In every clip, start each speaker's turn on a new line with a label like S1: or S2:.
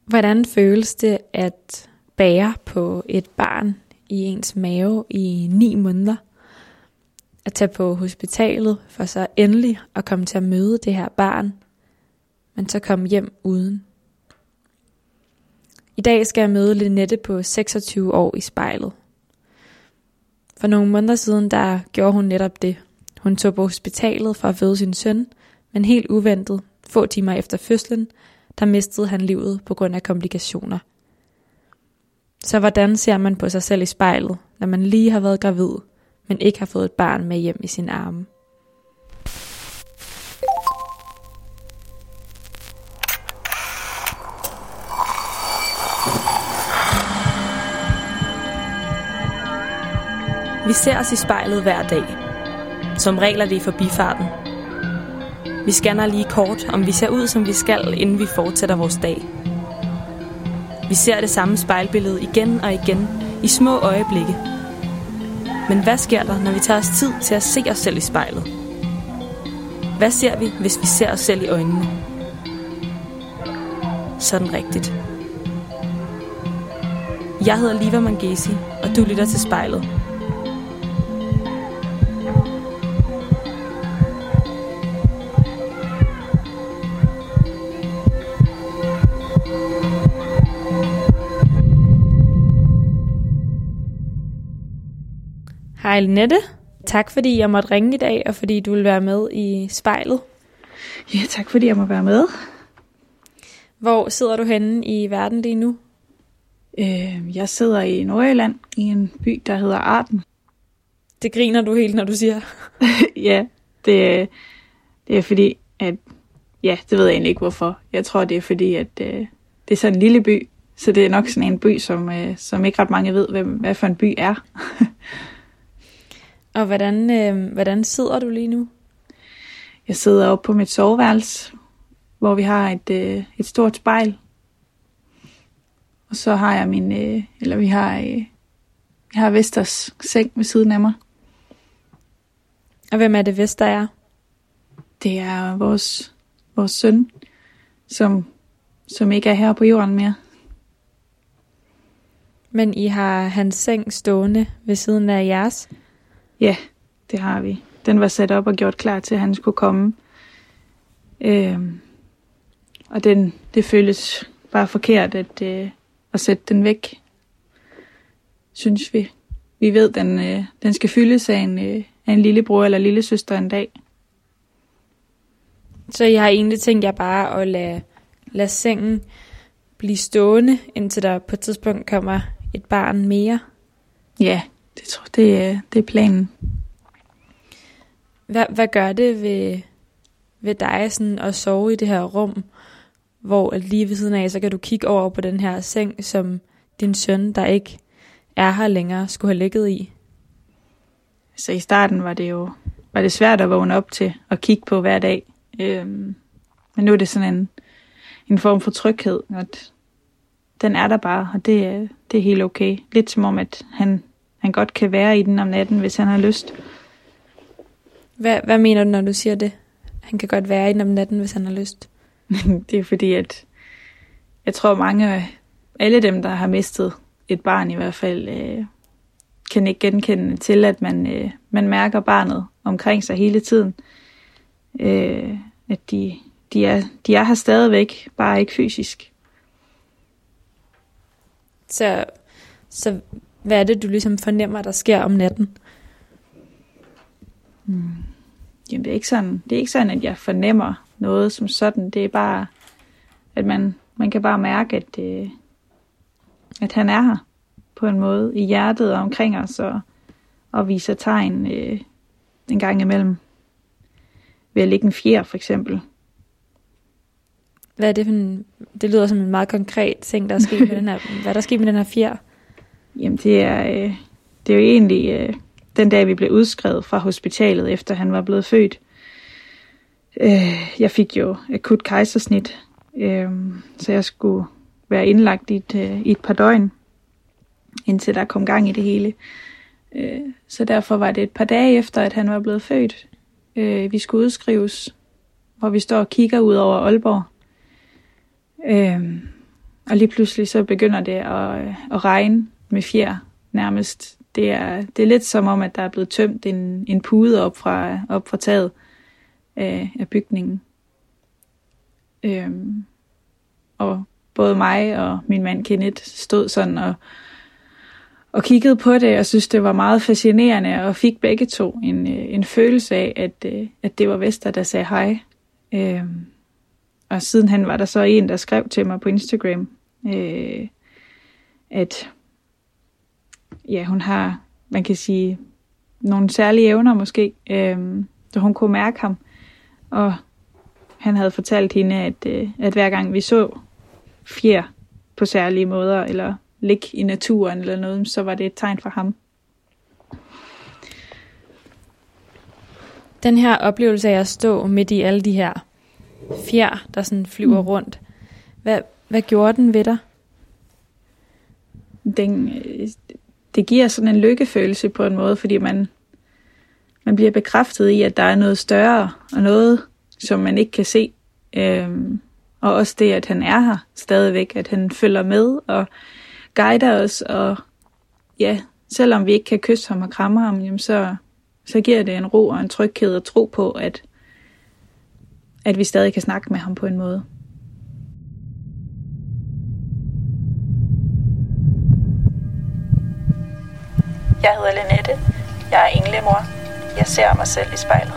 S1: Hvordan føles det at bære på et barn i ens mave i 9 måneder? At tage på hospitalet for så endelig at komme til at møde det her barn, men så komme hjem uden. I dag skal jeg møde Linette på 26 år i spejlet. For nogle måneder siden, der gjorde hun netop det. Hun tog på hospitalet for at føde sin søn, men helt uventet, få timer efter fødslen, der mistede han livet på grund af komplikationer. Så hvordan ser man på sig selv i spejlet, når man lige har været gravid, men ikke har fået et barn med hjem i sin arme? Vi ser os i spejlet hver dag. Som regel er det i forbifarten. Vi scanner lige kort, om vi ser ud, som vi skal, inden vi fortsætter vores dag. Vi ser det samme spejlbillede igen og igen, i små øjeblikke. Men hvad sker der, når vi tager os tid til at se os selv i spejlet? Hvad ser vi, hvis vi ser os selv i øjnene? Sådan rigtigt. Jeg hedder Liva Mangesi, og du lytter til Spejlet. Hej Linette. Tak fordi jeg måtte ringe i dag, og fordi du vil være med i Spejlet.
S2: Ja, tak fordi jeg må være med.
S1: Hvor sidder du henne i verden lige nu?
S2: Jeg sidder i Nordjylland, i en by, der hedder Arden.
S1: Det griner du helt, når du siger.
S2: Ja, det er fordi, at... Ja, det ved jeg egentlig ikke hvorfor. Jeg tror, det er fordi, at det er sådan en lille by. Så det er nok sådan en by, som ikke ret mange ved, hvad for en by er.
S1: Og hvordan sidder du lige nu?
S2: Jeg sidder oppe på mit soveværelse, hvor vi har et stort spejl. Og så har jeg vi har Vesters seng ved siden af mig.
S1: Og hvem er det Vester er?
S2: Det er vores søn, som ikke er her på jorden mere.
S1: Men I har hans seng stående ved siden af jeres?
S2: Ja, det har vi. Den var sat op og gjort klar til, at han skulle komme. Og det føles bare forkert at sætte den væk, synes vi. Vi ved, den skal fyldes af en lillebror eller lillesøster en dag.
S1: Så I har egentlig tænkt jer bare at lade sengen blive stående, indtil der på et tidspunkt kommer et barn mere?
S2: Ja, det er planen.
S1: Hvad gør det ved dig sådan at sove i det her rum, hvor lige ved siden af, så kan du kigge over på den her seng, som din søn, der ikke er her længere, skulle have ligget i?
S2: Så i starten var det svært at vågne op til at kigge på hver dag. Men nu er det sådan en form for tryghed, at den er der bare, og det er helt okay. Lidt som om, at han godt kan være i den om natten, hvis han har lyst.
S1: Hvad mener du, når du siger det? Han kan godt være i den om natten, hvis han har lyst.
S2: Det er fordi, at jeg tror alle dem, der har mistet et barn i hvert fald, kan ikke genkende til, at man mærker barnet omkring sig hele tiden. At de er her stadigvæk, bare ikke fysisk.
S1: Så hvad er det, du ligesom fornemmer, der sker om natten?
S2: Jamen, det er ikke sådan, at jeg fornemmer noget som sådan. Det er bare, at man kan bare mærke, at han er her på en måde i hjertet og omkring os og viser tegn en gang imellem. Ved at lægge en fjer, for eksempel.
S1: Hvad er det for det lyder som en meget konkret ting, der er sket med den her. Hvad er der sket med den her fjer?
S2: Jamen, det er jo egentlig den dag, vi blev udskrevet fra hospitalet, efter han var blevet født. Jeg fik jo akut kejsersnit, så jeg skulle være indlagt i et par døgn, indtil der kom gang i det hele. Så derfor var det et par dage efter, at han var blevet født. Vi skulle udskrives, hvor vi står og kigger ud over Aalborg. Og lige pludselig så begynder det at regne med fjer nærmest. Det er lidt som om, at der er blevet tømt en pude op fra taget af bygningen. Og både mig og min mand Kenneth stod sådan og kiggede på det, og synes det var meget fascinerende, og fik begge to en følelse af, at det var Vester, der sagde hej. Og sidenhen var der så en, der skrev til mig på Instagram, at ja, hun har, man kan sige, nogle særlige evner måske, så hun kunne mærke ham. Og han havde fortalt hende, at hver gang vi så fjer på særlige måder, eller ligge i naturen eller noget, så var det et tegn for ham.
S1: Den her oplevelse af at stå midt i alle de her fjer, der sådan flyver rundt, hvad gjorde den ved dig?
S2: Det giver sådan en lykkefølelse på en måde, fordi man bliver bekræftet i, at der er noget større, og noget, som man ikke kan se. Og også det, at han er her stadigvæk, at han følger med og guider os, og ja, selvom vi ikke kan kysse ham og kramme ham, jamen så giver det en ro og en tryghed og tro på, at vi stadig kan snakke med ham på en måde.
S3: Jeg hedder Linette. Jeg er englemor. Jeg ser mig selv i spejlet.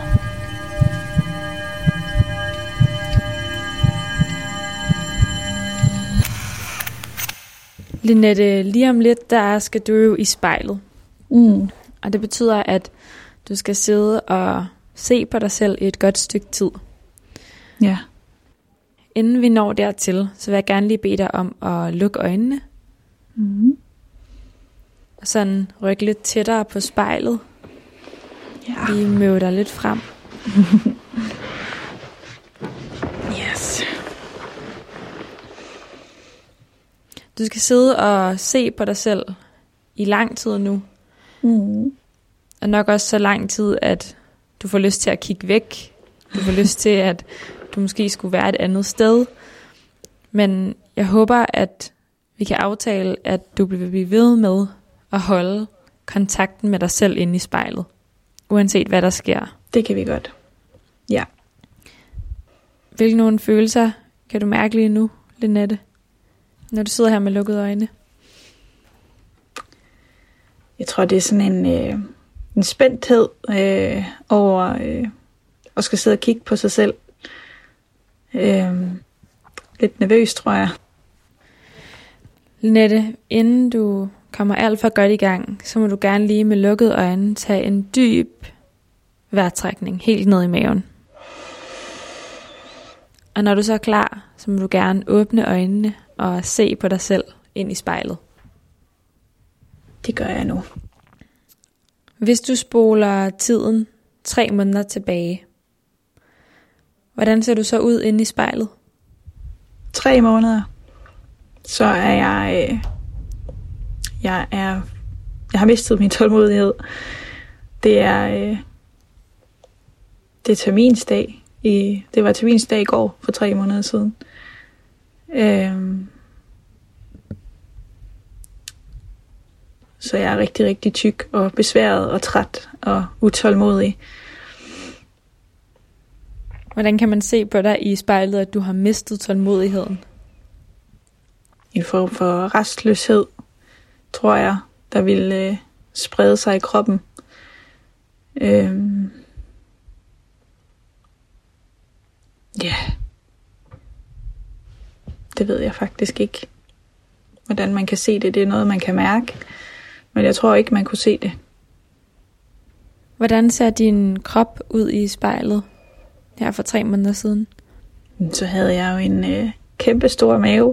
S1: Linette, lige om lidt, der skal du jo i spejlet. Og det betyder, at du skal sidde og se på dig selv i et godt stykke tid.
S2: Ja.
S1: Inden vi når dertil, så vil jeg gerne lige bede dig om at lukke øjnene. Og sådan rykke lidt tættere på spejlet.
S2: Ja.
S1: Lige møve dig lidt frem.
S2: Yes.
S1: Du skal sidde og se på dig selv i lang tid nu. Og nok også så lang tid, at du får lyst til at kigge væk. Du får lyst til, at du måske skulle være et andet sted. Men jeg håber, at vi kan aftale, at du vil blive ved med at holde kontakten med dig selv inde i spejlet. Uanset hvad der sker.
S2: Det kan vi godt. Ja.
S1: Hvilke nogle følelser kan du mærke lige nu, Linette? Når du sidder her med lukkede øjne.
S2: Jeg tror, det er sådan en spændthed over at skal sidde og kigge på sig selv. Lidt nervøs, tror jeg.
S1: Linette, inden du kommer alt for godt i gang, så må du gerne lige med lukkede øjne tage en dyb vejrtrækning helt ned i maven. Og når du så er klar, så må du gerne åbne øjnene og se på dig selv ind i spejlet.
S2: Det gør jeg nu.
S1: Hvis du spoler tiden 3 måneder tilbage, hvordan ser du så ud inde i spejlet?
S2: 3 måneder. Så er jeg har mistet min tålmodighed. Det er terminsdag. Det var terminsdag i går for 3 måneder siden. Så jeg er rigtig, rigtig tyk og besværet og træt og utålmodig.
S1: Hvordan kan man se på dig i spejlet, at du har mistet tålmodigheden?
S2: En form for restløshed, tror jeg, der vil sprede sig i kroppen. Ja. Det ved jeg faktisk ikke, hvordan man kan se det. Det er noget, man kan mærke. Men jeg tror ikke, man kunne se det.
S1: Hvordan ser din krop ud i spejlet her for 3 måneder siden?
S2: Så havde jeg jo en kæmpe stor mave.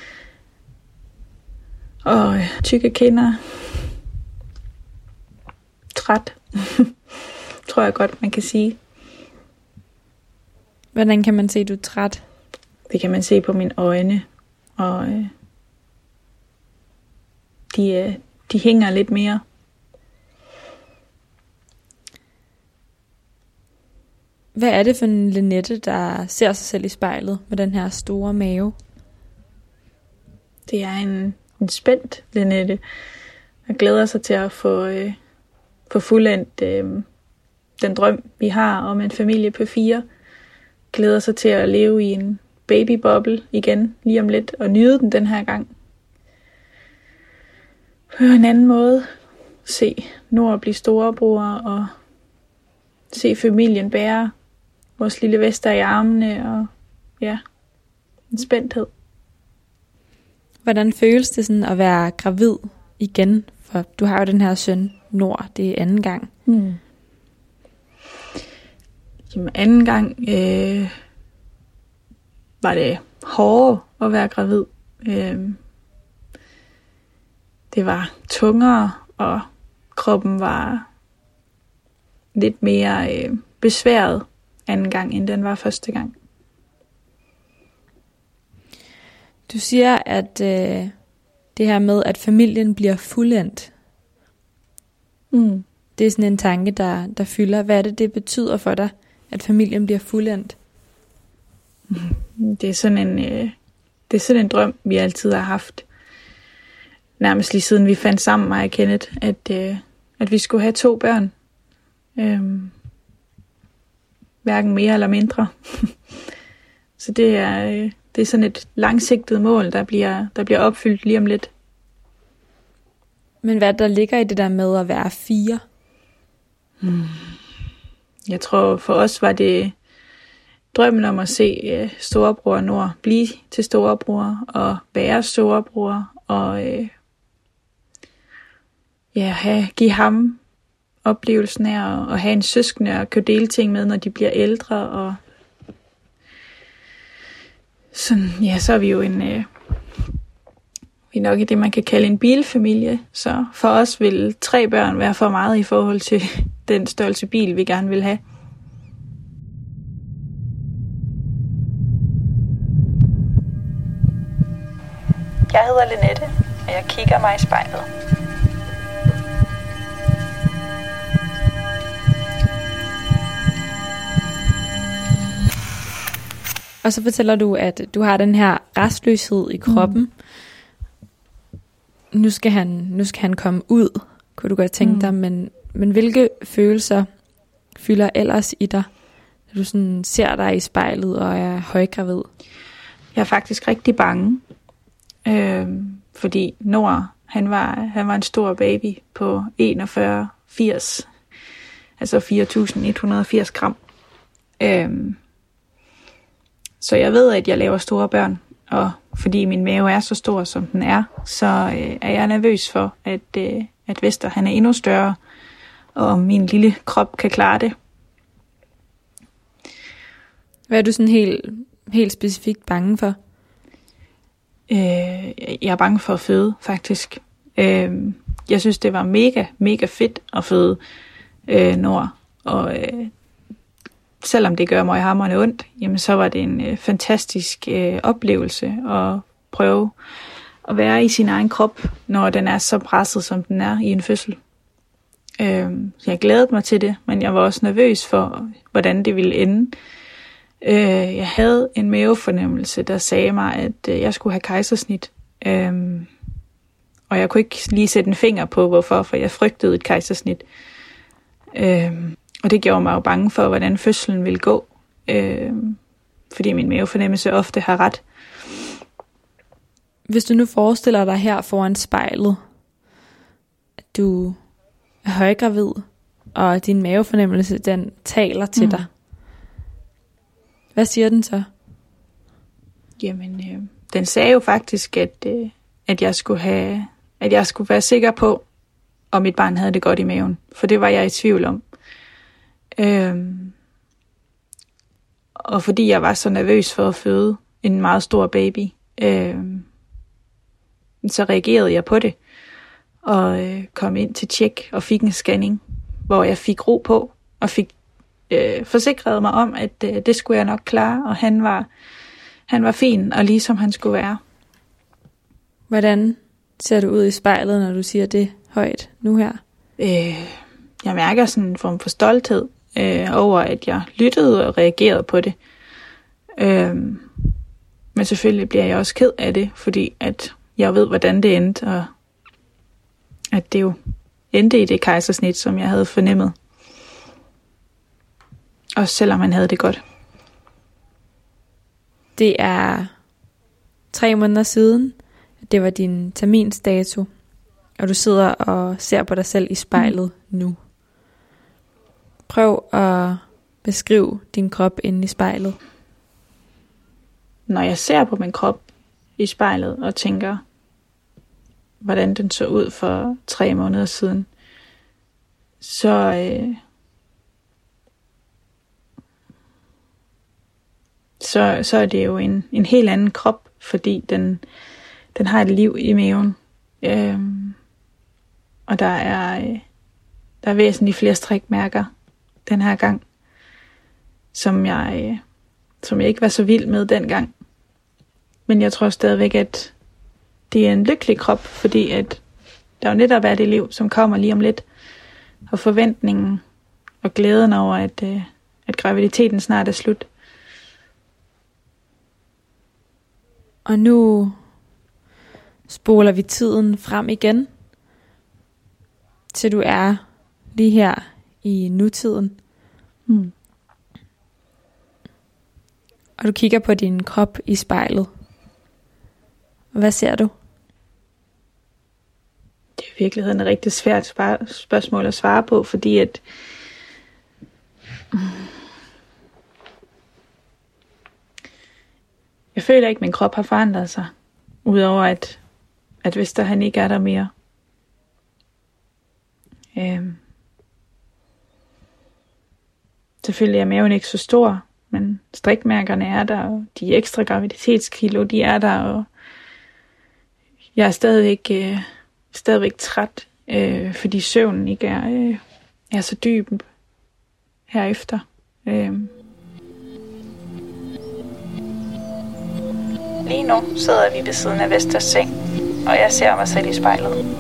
S2: Og tykke kinder. Træt. Tror jeg godt, man kan sige.
S1: Hvordan kan man se, at du er træt?
S2: Det kan man se på mine øjne. Og de hænger lidt mere.
S1: Hvad er det for en Linette, der ser sig selv i spejlet med den her store mave?
S2: Det er en spændt Lenette. Jeg glæder sig til at få fuldendt den drøm, vi har om en familie på 4. Glæder sig til at leve i en babyboble igen lige om lidt, og nyde den her gang. På en anden måde. Se Nord blive storebror, og se familien bære vores lille Vester i armene, og ja, en spændthed.
S1: Hvordan føles det sådan at være gravid igen? For du har jo den her søn, Nord, det er anden gang.
S2: Jamen, anden gang var det hårdere at være gravid. Det var tungere, og kroppen var lidt mere besværet anden gang, end den var første gang.
S1: Du siger, at det her med, at familien bliver fuldendt, det er sådan en tanke, der fylder. Hvad er det betyder for dig, at familien bliver fuldendt?
S2: Det er sådan en drøm, vi altid har haft. Nærmest lige siden vi fandt sammen, mig og Kenneth, at vi skulle have 2 børn. Hverken mere eller mindre. Så det er sådan et langsigtet mål, der bliver opfyldt lige om lidt.
S1: Men hvad der ligger i det der med at være 4?
S2: Jeg tror for os var det drømmen om at se storebror Nord blive til storebror og være storebror og give ham oplevelsen af at have en søskende og kunne dele ting med, når de bliver ældre. Og sådan, ja, så er vi jo vi er nok i det, man kan kalde en bilfamilie. Så for os vil 3 børn være for meget i forhold til den størrelse bil, vi gerne vil have.
S3: Jeg hedder Lenette, og jeg kigger mig i spejlet.
S1: Og så fortæller du, at du har den her restløshed i kroppen. Nu skal han komme ud, kunne du godt tænke dig. Men hvilke følelser fylder ellers i dig, når du sådan ser dig i spejlet og er højgravid?
S2: Jeg er faktisk rigtig bange. Fordi Nord, han var en stor baby på 41,80. Altså 4.180 gram. Så jeg ved, at jeg laver store børn, og fordi min mave er så stor, som den er, så er jeg nervøs for, at Vester han er endnu større, og min lille krop kan klare det.
S1: Hvad er du sådan helt specifikt bange for?
S2: Jeg er bange for at føde, faktisk. Jeg synes, det var mega, mega fedt at føde Nord, og selvom det gør mig hamrende ondt, jamen så var det en fantastisk oplevelse at prøve at være i sin egen krop, når den er så presset, som den er i en fødsel. Jeg glædede mig til det, men jeg var også nervøs for, hvordan det ville ende. Jeg havde en mavefornemmelse, der sagde mig, at jeg skulle have kejsersnit. Og jeg kunne ikke lige sætte en finger på, hvorfor, for jeg frygtede et kejsersnit. Og det gjorde mig jo bange for, hvordan fødslen ville gå. Fordi min mavefornemmelse ofte har ret.
S1: Hvis du nu forestiller dig her foran spejlet, at du er højgravid, og din mavefornemmelse, den taler til dig. Hvad siger den så?
S2: Jamen, den sagde jo faktisk, at jeg skulle være sikker på, om mit barn havde det godt i maven. For det var jeg i tvivl om. Og fordi jeg var så nervøs for at føde en meget stor baby, så reagerede jeg på det. Og kom ind til tjek og fik en scanning, hvor jeg fik ro på og fik forsikret mig om, at det skulle jeg nok klare, og han var fin og lige som han skulle være.
S1: Hvordan ser du ud i spejlet, når du siger det højt nu her?
S2: Jeg mærker sådan en form for stolthed over, at jeg lyttede og reagerede på det. Men selvfølgelig bliver jeg også ked af det, fordi at jeg ved, hvordan det endte, og at det jo endte i det kejsersnit, som jeg havde fornemmet. Også selvom han havde det godt.
S1: Det er 3 måneder siden, det var din terminsdato, og du sidder og ser på dig selv i spejlet nu. Prøv at beskrive din krop inde i spejlet.
S2: Når jeg ser på min krop i spejlet og tænker, hvordan den så ud for 3 måneder siden, så er det jo en helt anden krop, fordi den har et liv i maven. Og der er væsentligt flere strikmærker den her gang, som jeg ikke var så vild med dengang. Men jeg tror stadigvæk, at det er en lykkelig krop, fordi at der jo netop er det liv, som kommer lige om lidt. Og forventningen og glæden over, at graviditeten snart er slut.
S1: Og nu spoler vi tiden frem igen, til du er lige her i nutiden. Og du kigger på din krop i spejlet. Hvad ser du?
S2: Det er i virkeligheden et rigtig svært spørgsmål at svare på, fordi at jeg føler ikke, at min krop har forandret sig. Udover at hvis der han ikke er der mere. Selvfølgelig er maven ikke så stor, men strikmærkerne er der, og de ekstra graviditetskilo, de er der, og jeg er stadigvæk træt, fordi søvnen ikke er så dyb herefter.
S3: Lige nu sidder vi ved siden af Vesters seng, og jeg ser mig selv i spejlet.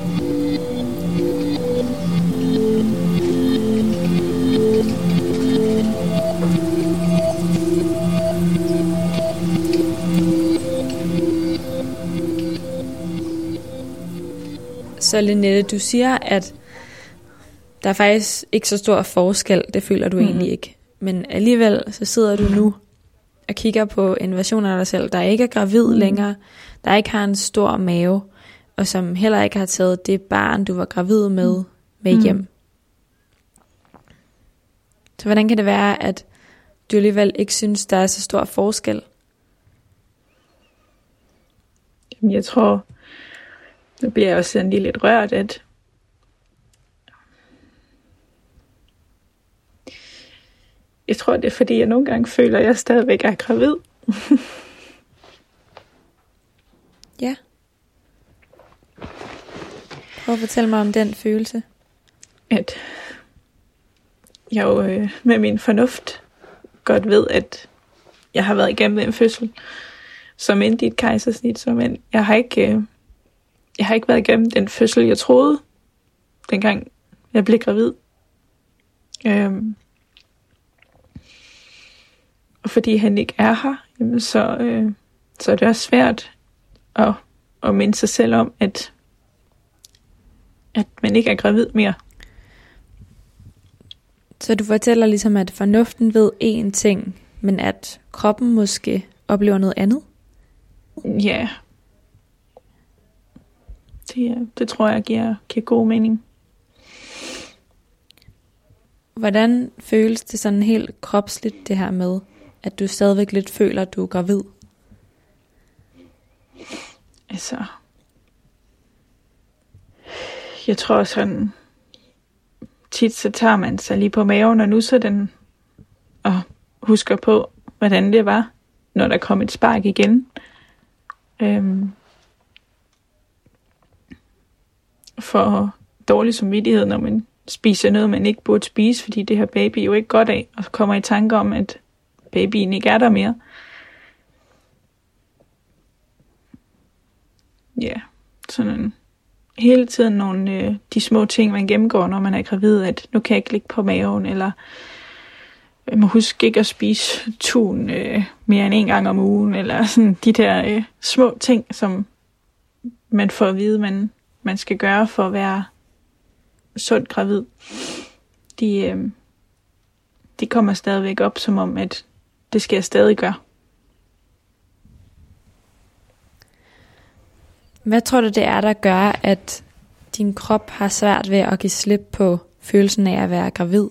S1: Så Linette, du siger, at der er faktisk ikke så stor forskel, det føler du egentlig ikke. Men alligevel så sidder du nu og kigger på en version af dig selv, der ikke er gravid længere, der ikke har en stor mave, og som heller ikke har taget det barn, du var gravid med hjem. Så hvordan kan det være, at du alligevel ikke synes, der er så stor forskel?
S2: Jeg tror, nu bliver jeg også sådan lige lidt rørt, at jeg tror, det er fordi, jeg nogle gange føler, at jeg stadigvæk er gravid.
S1: Ja. Prøv at fortælle mig om den følelse.
S2: At jeg jo med min fornuft godt ved, at jeg har været igennem en fødsel, som endte i et kejsersnit, men jeg har ikke været igennem den fødsel, jeg troede, dengang jeg blev gravid. Og fordi han ikke er her, jamen så er det også svært at minde sig selv om, at man ikke er gravid mere.
S1: Så du fortæller ligesom, at fornuften ved én ting, men at kroppen måske oplever noget andet?
S2: Ja. Det tror jeg giver god mening.
S1: Hvordan føles det sådan helt kropsligt, det her med, at du stadigvæk lidt føler, at du er gravid?
S2: Altså, jeg tror sådan, tit så tager man sig lige på maven og nusser den, og husker på, hvordan det var, når der kom et spark igen. For dårlig samvittighed, når man spiser noget, man ikke burde spise, fordi det her baby jo ikke godt af, og så kommer i tanke om, at babyen ikke er der mere. Ja, sådan hele tiden nogle de små ting, man gennemgår, når man er gravid, at nu kan jeg ikke ligge på maven, eller jeg må huske ikke at spise tun mere end 1 gang om ugen, eller sådan de der små ting, som man får at vide, man skal gøre for at være sund gravid, de kommer stadigvæk op, som om, at det skal jeg stadig gøre.
S1: Hvad tror du, det er, der gør, at din krop har svært ved at give slip på følelsen af at være gravid?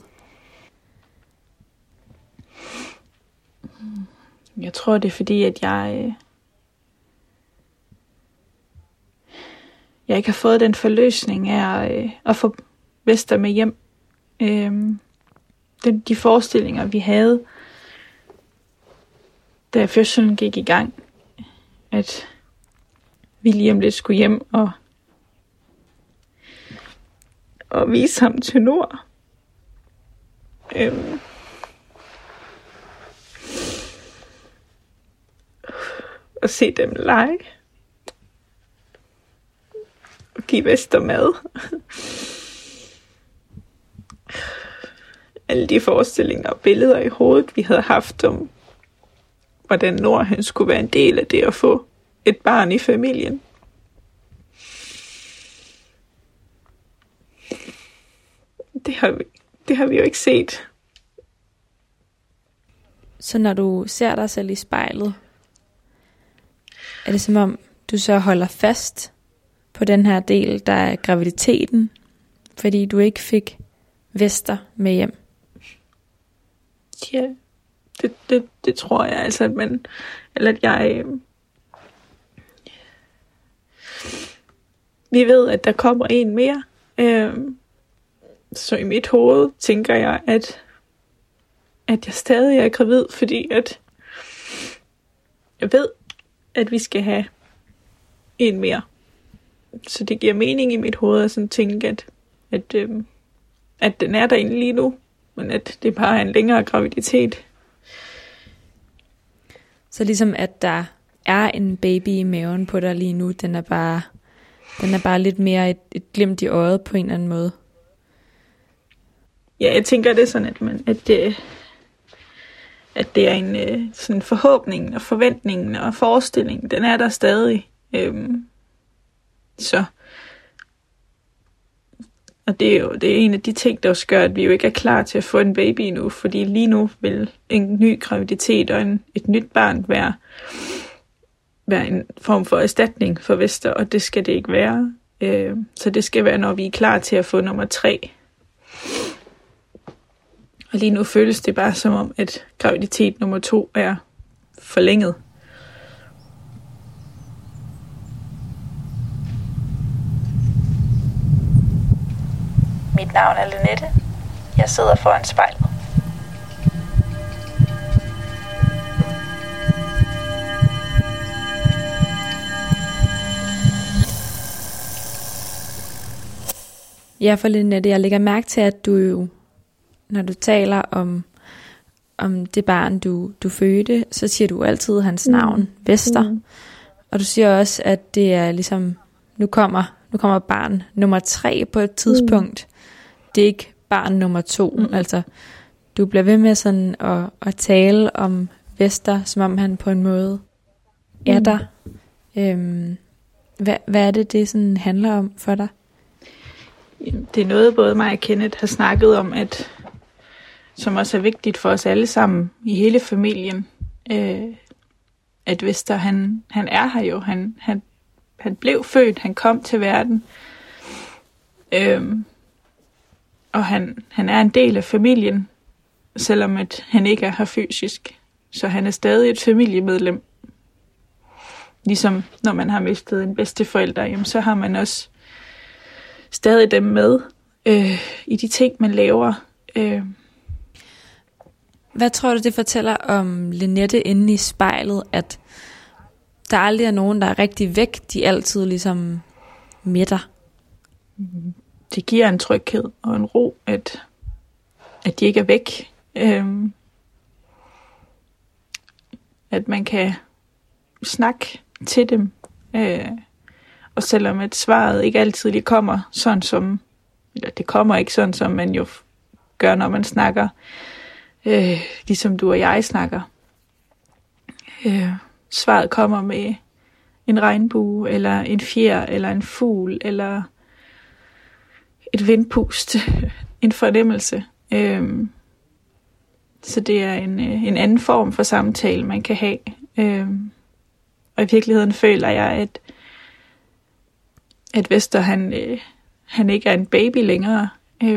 S2: Jeg tror, det er fordi, at jeg ikke har fået den forløsning af at få Vester med hjem. De forestillinger, vi havde, da fødslen gik i gang, at vi lige om lidt skulle hjem og vise ham til Nord. Og se dem lege. Og give Vester mad. Alle de forestillinger og billeder i hovedet, vi havde haft om, hvordan Nord han skulle være en del af det at få et barn i familien. Det har vi jo ikke set.
S1: Så når du ser dig selv i spejlet, er det som om, du så holder fast på den her del, der er graviditeten, fordi du ikke fik Vester med hjem?
S2: Ja, det tror jeg altså, at jeg... Vi ved, at der kommer en mere. Så i mit hoved tænker jeg, at jeg stadig er gravid, fordi at jeg ved, at vi skal have en mere. Så det giver mening i mit hoved at sådan tænke, at den er der egentlig lige nu, men at det bare er en længere graviditet.
S1: Så ligesom at der er en baby i maven på dig lige nu, den er bare lidt mere et glimt i øjet på en eller anden måde.
S2: Ja, jeg tænker det er sådan, at det er en sådan forhåbning og forventning og forestilling. Den er der stadig. Så. Og det er en af de ting, der også gør, at vi jo ikke er klar til at få en baby endnu. Fordi lige nu vil en ny graviditet og et nyt barn være en form for erstatning for Vester, og det skal det ikke være. Så det skal være, når vi er klar til at få nummer 3. Og lige nu føles det bare som om, at graviditet nummer 2 er forlænget.
S3: Mit navn er Lenette. Jeg sidder foran spejlet.
S1: Ja, for Lenette, jeg lægger mærke til, at du jo, når du taler om det barn, du fødte, så siger du altid hans navn, Vester. Og du siger også, at det er ligesom, nu kommer barn nummer 3 på et tidspunkt. Det er ikke barn nummer 2. Altså, du bliver ved med sådan at tale om Vester, som om han på en måde er der. Hvad er det sådan handler om for dig?
S2: Det er noget, både mig og Kenneth har snakket om, som også er vigtigt for os alle sammen i hele familien. At Vester, han er her jo. Han blev født, han kom til verden. Og han er en del af familien, selvom at han ikke er her fysisk. Så han er stadig et familiemedlem. Ligesom når man har mistet en bedsteforælder, jamen, så har man også stadig dem med i de ting, man laver.
S1: Hvad tror du, det fortæller om Lenette inde i spejlet, at der aldrig er nogen, der er rigtig væk, de altid ligesom midter?
S2: Det giver en tryghed og en ro, at de ikke er væk. At man kan snakke til dem. Og selvom at svaret ikke altid lige kommer sådan som, eller det kommer ikke sådan som man jo gør, når man snakker, ligesom du og jeg snakker. Svaret kommer med en regnbue, eller en fjer, eller en fugl, eller et vindpust, en fornemmelse. Så det er en anden form for samtale, man kan have. Og i virkeligheden føler jeg, at Vester, han ikke er en baby længere.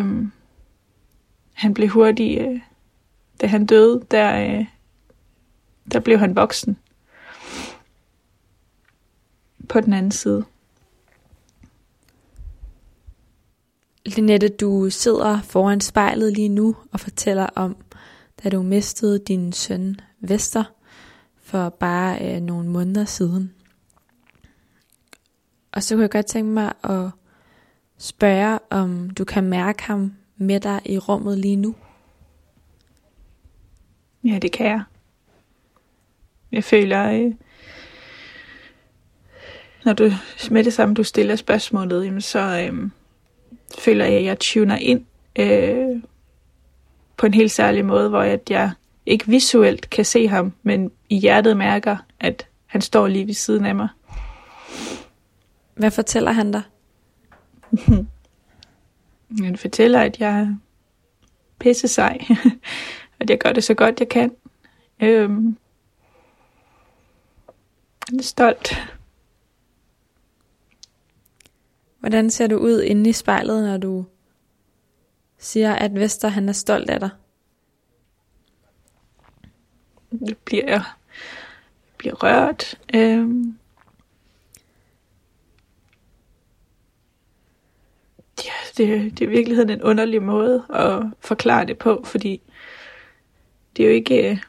S2: Han blev hurtigt, da han døde, der blev han voksen. På den anden side.
S1: Linette, du sidder foran spejlet lige nu og fortæller om, da du mistede din søn Vester for bare nogle måneder siden. Og så kunne jeg godt tænke mig at spørge, om du kan mærke ham med dig i rummet lige nu.
S2: Ja, det kan jeg. Jeg føler, når du med det samme, du stiller spørgsmålet, jamen så føler jeg, at jeg tuner ind på en helt særlig måde, hvor jeg ikke visuelt kan se ham, men i hjertet mærker, at han står lige ved siden af mig.
S1: Hvad fortæller han dig?
S2: Han fortæller, at jeg er pisse sej, at jeg gør det så godt jeg kan. Jeg er stolt.
S1: Hvordan ser du ud inde i spejlet, når du siger, at Vester han er stolt af dig?
S2: Jeg bliver rørt. Ja, det er i virkeligheden en underlig måde at forklare det på, fordi det er jo ikke...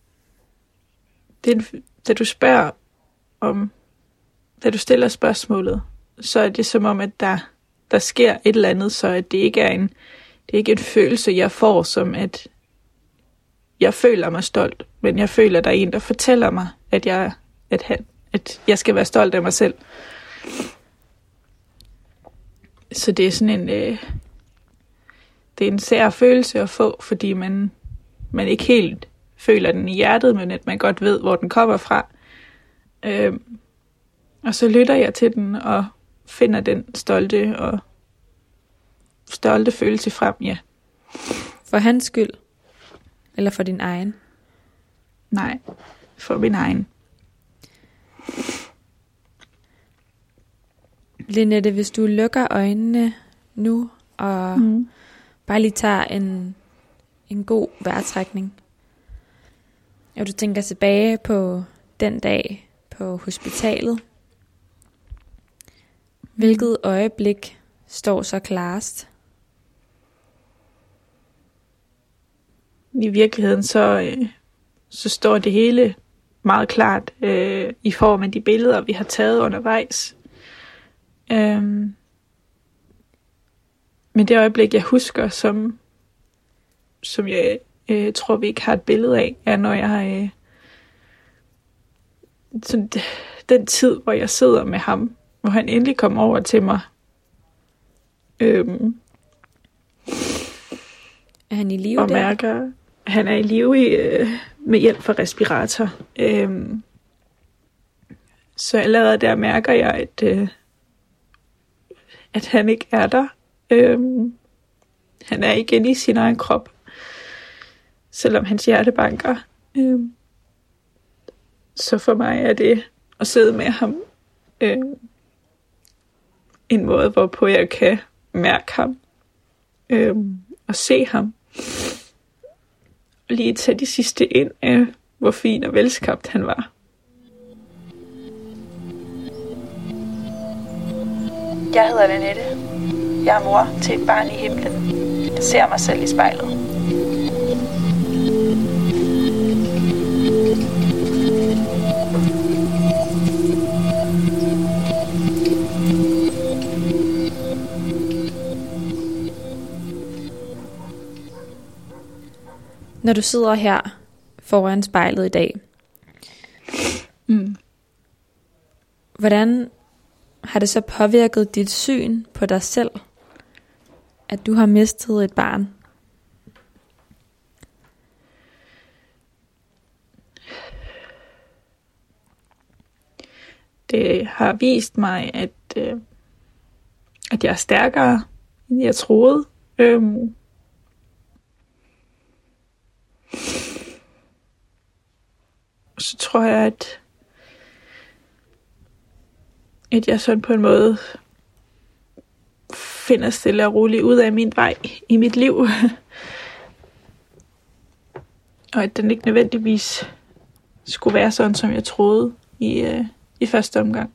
S2: Da du spørger om... Da du stiller spørgsmålet, så er det som om, at der sker et eller andet, så at det ikke er en følelse, jeg får, som at jeg føler mig stolt, men jeg føler, at der er en, der fortæller mig, at jeg skal være stolt af mig selv. Så det er sådan det er en sær følelse at få, fordi man ikke helt føler den i hjertet, men at man godt ved, hvor den kommer fra. Og så lytter jeg til den og finder den stolte følelse frem, ja.
S1: For hans skyld? Eller for din egen?
S2: Nej, for min egen.
S1: Linette, hvis du lukker øjnene nu og bare lige tager en god vejrtrækning, og du tænker tilbage på den dag på hospitalet, hvilket øjeblik står så klarest?
S2: I virkeligheden så står det hele meget klart i form af de billeder, vi har taget undervejs. Men det øjeblik, jeg husker, som jeg tror, vi ikke har et billede af, er, når jeg den tid, hvor jeg sidder med ham, hvor han endelig kom over til mig.
S1: Er han i live
S2: og
S1: der?
S2: Mærker, han er i live med hjælp fra respirator. Så allerede der mærker jeg, at han ikke er der. Han er igen i sin egen krop, selvom hans hjerte banker. Så for mig er det at sidde med ham en måde, hvorpå jeg kan mærke ham og se ham. Og lige tage de sidste ind af, hvor fin og velskabt han var.
S3: Jeg hedder Linette. Jeg er mor til et barn i himlen. Jeg ser mig selv i spejlet.
S1: Når du sidder her foran spejlet i dag, hvordan har det så påvirket dit syn på dig selv, at du har mistet et barn?
S2: det har vist mig, at jeg er stærkere, end jeg troede. Så tror jeg, at jeg sådan på en måde finder stille og roligt ud af min vej i mit liv. Og at den ikke nødvendigvis skulle være sådan, som jeg troede i første omgang.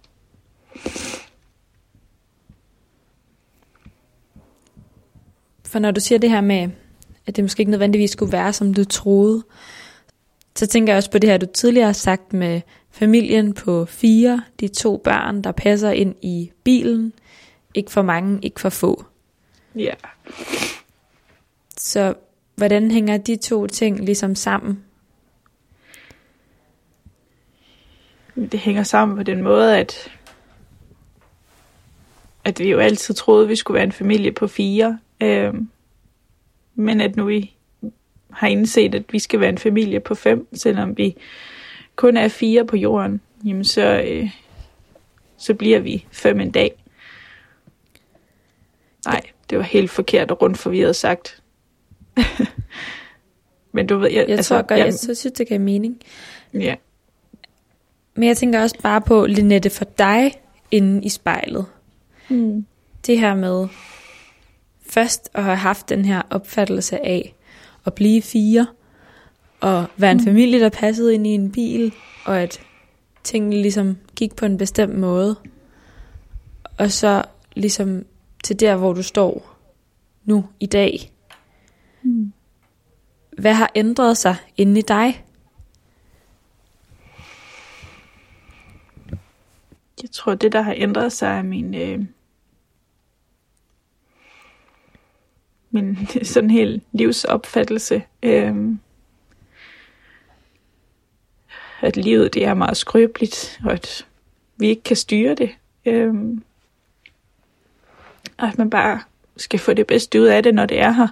S1: For når du siger det her med, at det måske ikke nødvendigvis skulle være, som du troede, så tænker jeg også på det her, du tidligere har sagt med familien på 4, de 2 børn, der passer ind i bilen. Ikke for mange, ikke for få.
S2: Ja.
S1: Så hvordan hænger de 2 ting ligesom sammen?
S2: Det hænger sammen på den måde, at vi jo altid troede, at vi skulle være en familie på 4. Men at nu vi har indset, at vi skal være en familie på 5, selvom vi kun er 4 på jorden, jamen så bliver vi 5 en dag. Nej, det var helt forkert og rundt forvirret sagt. Men du ved,
S1: jeg tror godt, jeg synes, det gav mening.
S2: Ja.
S1: Men jeg tænker også bare på, Linette, for dig inde i spejlet. Det her med først at have haft den her opfattelse af at blive 4, og være en familie, der passede ind i en bil, og at tingene ligesom gik på en bestemt måde. Og så ligesom til der, hvor du står nu i dag. Hvad har ændret sig inde i dig?
S2: Jeg tror, det der har ændret sig er min sådan helt livsopfattelse. At livet det er meget skrøbeligt, og at vi ikke kan styre det. Og at man bare skal få det bedste ud af det, når det er her.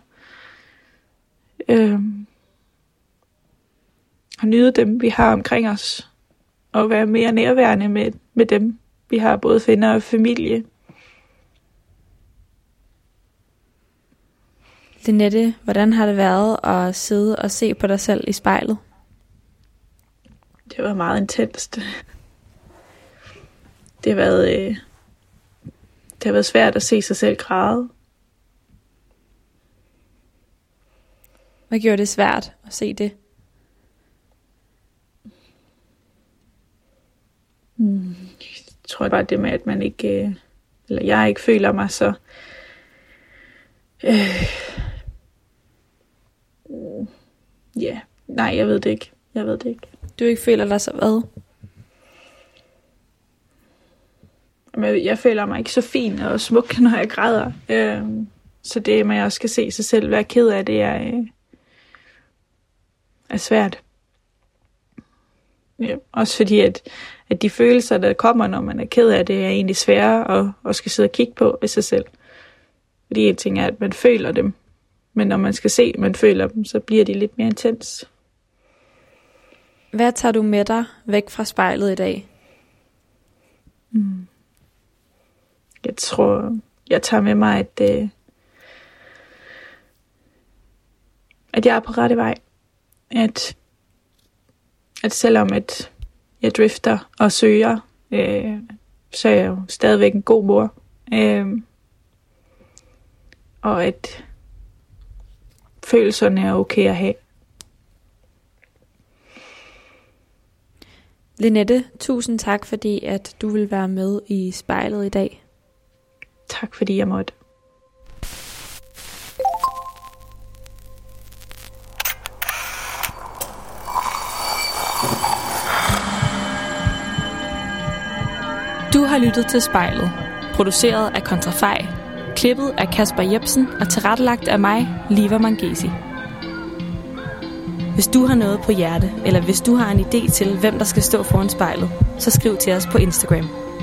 S2: Og nyde dem, vi har omkring os. Og være mere nærværende med dem, vi har, både venner og familie.
S1: Linette, hvordan har det været at sidde og se på dig selv i spejlet?
S2: Det var meget intenst. Det har været svært at se sig selv græde.
S1: Hvad gjorde det svært at se det?
S2: Jeg tror bare det med, at man ikke, eller jeg ikke føler mig så nej, jeg ved det ikke.
S1: Du ikke føler dig så hvad?
S2: Men jeg føler mig ikke så fin og smuk, når jeg græder. Så det med, at jeg også skal se sig selv være ked af det, er svært. Ja, også fordi, at de følelser, der kommer, når man er ked af det, er egentlig svære at skal sidde og kigge på ved sig selv. Fordi en ting er, at man føler dem. Men når man skal se, at man føler dem, så bliver de lidt mere intens.
S1: Hvad tager du med dig væk fra spejlet i dag?
S2: Jeg tror, jeg tager med mig, at jeg er på rette vej. At selvom at jeg drifter og søger, så er jeg jo stadigvæk en god mor. Og at følelserne er okay at have.
S1: Linette, tusind tak, fordi at du vil være med i spejlet i dag.
S2: Tak fordi jeg måtte.
S1: Du har lyttet til Spejlet, produceret af Kontrafej, klippet af Kasper Jebsen og tilrettelagt af mig, Liva Mangesi. Hvis du har noget på hjerte, eller hvis du har en idé til, hvem der skal stå foran spejlet, så skriv til os på Instagram.